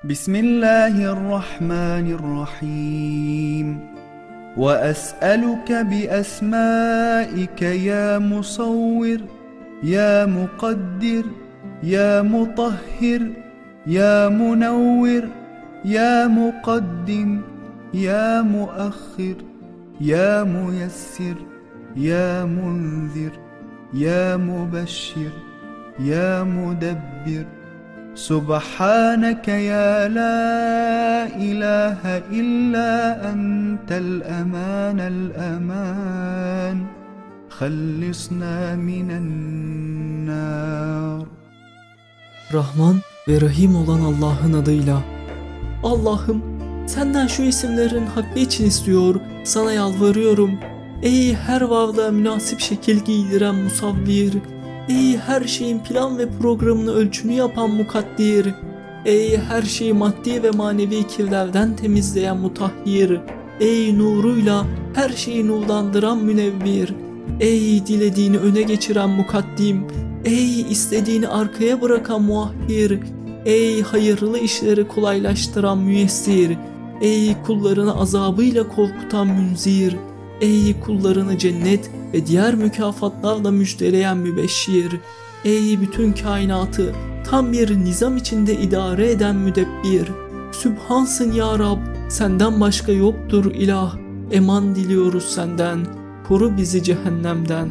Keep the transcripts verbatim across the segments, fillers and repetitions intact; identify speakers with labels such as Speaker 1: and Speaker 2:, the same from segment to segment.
Speaker 1: بسم الله الرحمن الرحيم وأسألك بأسمائك يا مصور يا مقدر يا مطهر يا منور يا مقدم يا مؤخر يا ميسر يا منذر يا مبشر يا مدبر سبحانك يا لا إله إلا أنت الأمان الأمان خلصنا من النار.
Speaker 2: Rahman ve Rahim olan Allah'ın adıyla. Allah'ım, senden şu isimlerin hakkı için istiyor, sana yalvarıyorum. Ey her vavda münasip şekil giydiren musavvir, ey her şeyin plan ve programını ölçünü yapan mukaddir, ey her şeyi maddi ve manevi kirlerden temizleyen mutahhir, ey nuruyla her şeyi nurlandıran münevvir, ey dilediğini öne geçiren mukaddim, ey istediğini arkaya bırakan muahhir, ey hayırlı işleri kolaylaştıran müyessir, ey kullarını azabıyla korkutan münzir, ey kullarını cennet ve diğer mükafatlarla müjdeleyen mübeşşir, ey bütün kainatı tam bir nizam içinde idare eden müdebbir, Sübhansın ya Rab, senden başka yoktur ilah, eman diliyoruz senden, koru bizi cehennemden.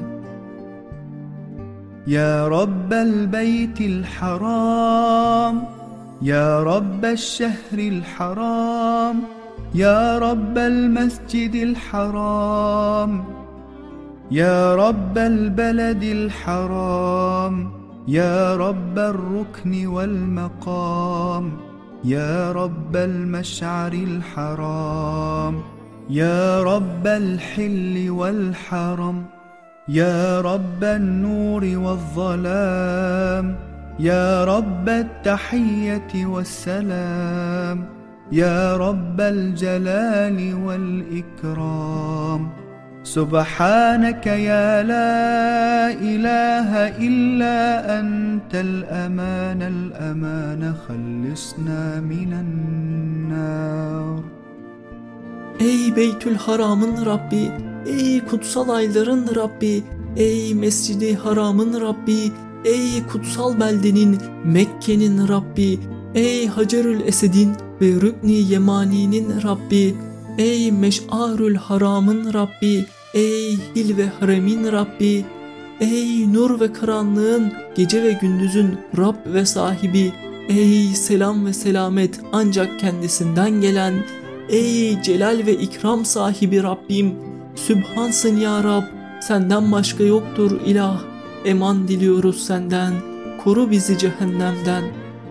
Speaker 1: Ya Rabbel Beytil Haram, Ya Rabbel Şehril Haram, Ya Rabbel Mescidil Haram, Ya Rabbel Beledil Haram, Ya Rabbel Rukni vel Maqam, Ya Rabbel Meş'aril Haram, Ya Rabbel Hilli vel Haram, Ya Rabbel Nuri vel Zalam, Ya Rabbel Tahiyyeti vel Selam, Ya Rabbel Celali vel İkram. سبحانك يا لا إله إلا أنت الأمان الأمان خلصنا من النار.
Speaker 2: Ey Beytül Haram'ın Rabbi, ey kutsal ayların Rabbi, ey Mescid-i Haram'ın Rabbi, ey kutsal beldenin, Mekke'nin Rabbi, ey Hacerül Esed'in ve Rükni Yemani'nin Rabbi, ey Meş'arül Haram'ın Rabbi, ey Hil ve Harem'in Rabbi, ey nur ve karanlığın, gece ve gündüzün Rab ve sahibi, ey selam ve selamet ancak kendisinden gelen, ey celal ve ikram sahibi Rabbim, Sübhansın ya Rab, senden başka yoktur ilah, eman diliyoruz senden, koru bizi cehennemden.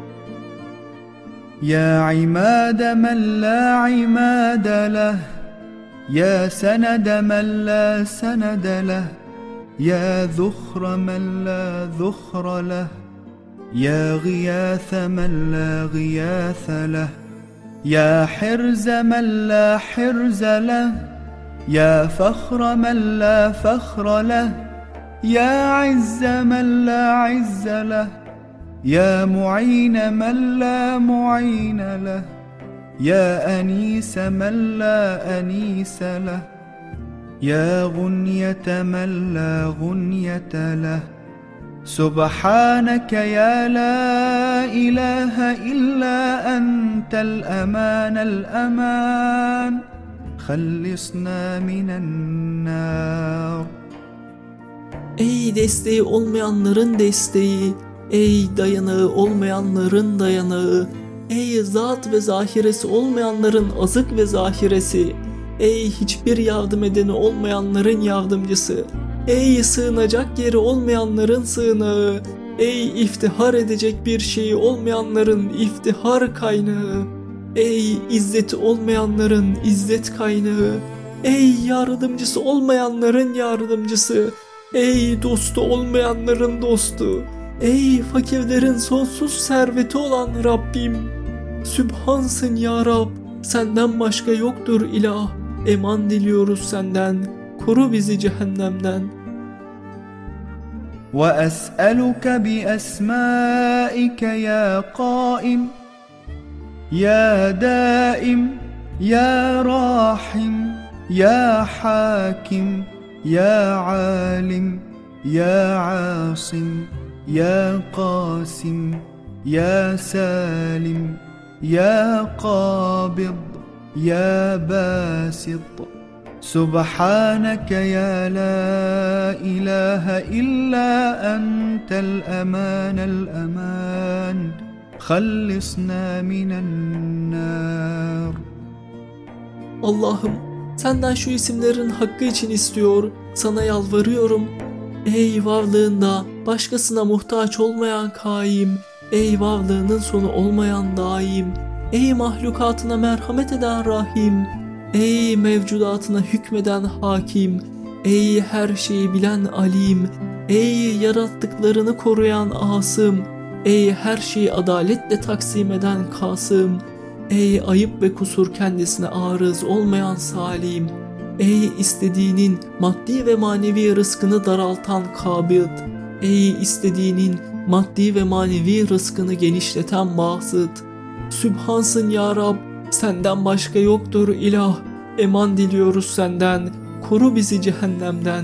Speaker 1: Ya imad men la imad leh, Ya sened men la sened leh, Ya zuhra men la zuhra leh, Ya giyâth men la giyâth leh, Ya hirz men la hirz leh, Ya fakhra men la fakhra leh, Ya izz men la izz leh, Ya mu'in men la mu'in leh, Ya أنيس من لا أنيس له, Ya غنية من لا غنية له. سبحانك يا لا إله إلا أنت الأمان الأمان خلصنا من النار.
Speaker 2: Ey desteği olmayanların desteği, ey dayanağı olmayanların dayanağı, ey zat ve zahiresi olmayanların azık ve zahiresi, ey hiçbir yardım edeni olmayanların yardımcısı, ey sığınacak yeri olmayanların sığınağı, ey iftihar edecek bir şeyi olmayanların iftihar kaynağı, ey izzeti olmayanların izzet kaynağı, ey yardımcısı olmayanların yardımcısı, ey dostu olmayanların dostu, ey fakirlerin sonsuz serveti olan Rabbim, Sübhansın ya Rab, senden başka yoktur ilah, eman diliyoruz senden, koru bizi cehennemden.
Speaker 1: وأسألك بأسمائك يا قائم يا دائم يا راحم يا حاكم يا عالم يا عاصم يا قاسم يا سالم يا قابض يا باسط سبحانك يا لا إله إلا أنت الأمان الأمان خلصنا من النار.
Speaker 2: Allah'ım, senden şu isimlerin hakkı için istiyor, sana yalvarıyorum. Ey varlığında başkasına muhtaç olmayan kaim, ey varlığının sonu olmayan daim, ey mahlukatına merhamet eden rahim, ey mevcudatına hükmeden hakim, ey her şeyi bilen alim, ey yarattıklarını koruyan asım, ey her şeyi adaletle taksim eden kasım, ey ayıp ve kusur kendisine arız olmayan salim, ey istediğinin maddi ve manevi rızkını daraltan kabid, ey istediğinin maddi ve manevi rızkını genişleten basit. Sübhansın ya Rab, senden başka yoktur ilah, eman diliyoruz senden, koru bizi cehennemden.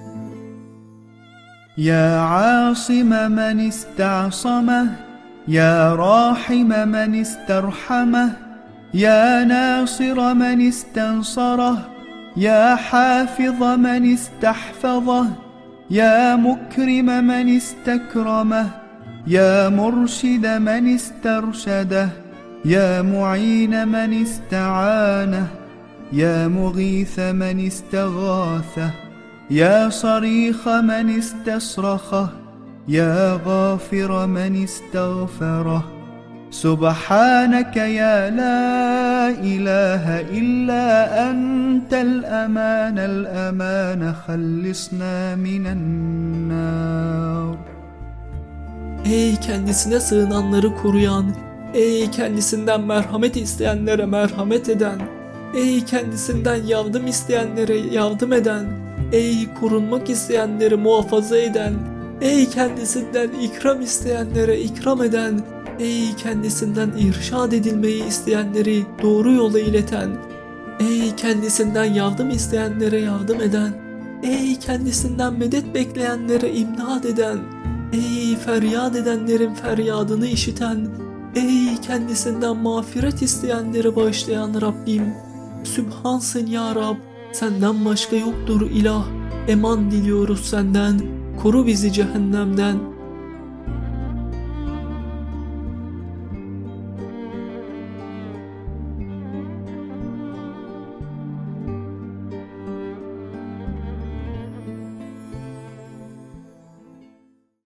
Speaker 1: Ya asime men ista'sameh, ya rahime men isterhameh, ya nasira men istansarah, ya hafiza men istahfazah, ya mukrime men istekrameh, ya murşide men isterşedeh, ya mu'ine men ista'aneh, ya mughithe men isteghâtheh, ya sarîhe men istesraheh, ya gâfire men isteğfereh. Subhaneke ya la ilahe illa entel emanel emane hallisna minen nar.
Speaker 2: Ey kendisine sığınanları koruyan, ey kendisinden merhamet isteyenlere merhamet eden, ey kendisinden yardım isteyenlere yardım eden, ey korunmak isteyenleri muhafaza eden, ey kendisinden ikram isteyenlere ikram eden, ey kendisinden irşad edilmeyi isteyenleri doğru yola ileten, ey kendisinden yardım isteyenlere yardım eden, ey kendisinden medet bekleyenlere imdad eden, ey feryat edenlerin feryadını işiten, ey kendisinden mağfiret isteyenleri bağışlayan Rabbim. Sübhansın ya Rab, senden başka yoktur ilah, eman diliyoruz senden, koru bizi cehennemden.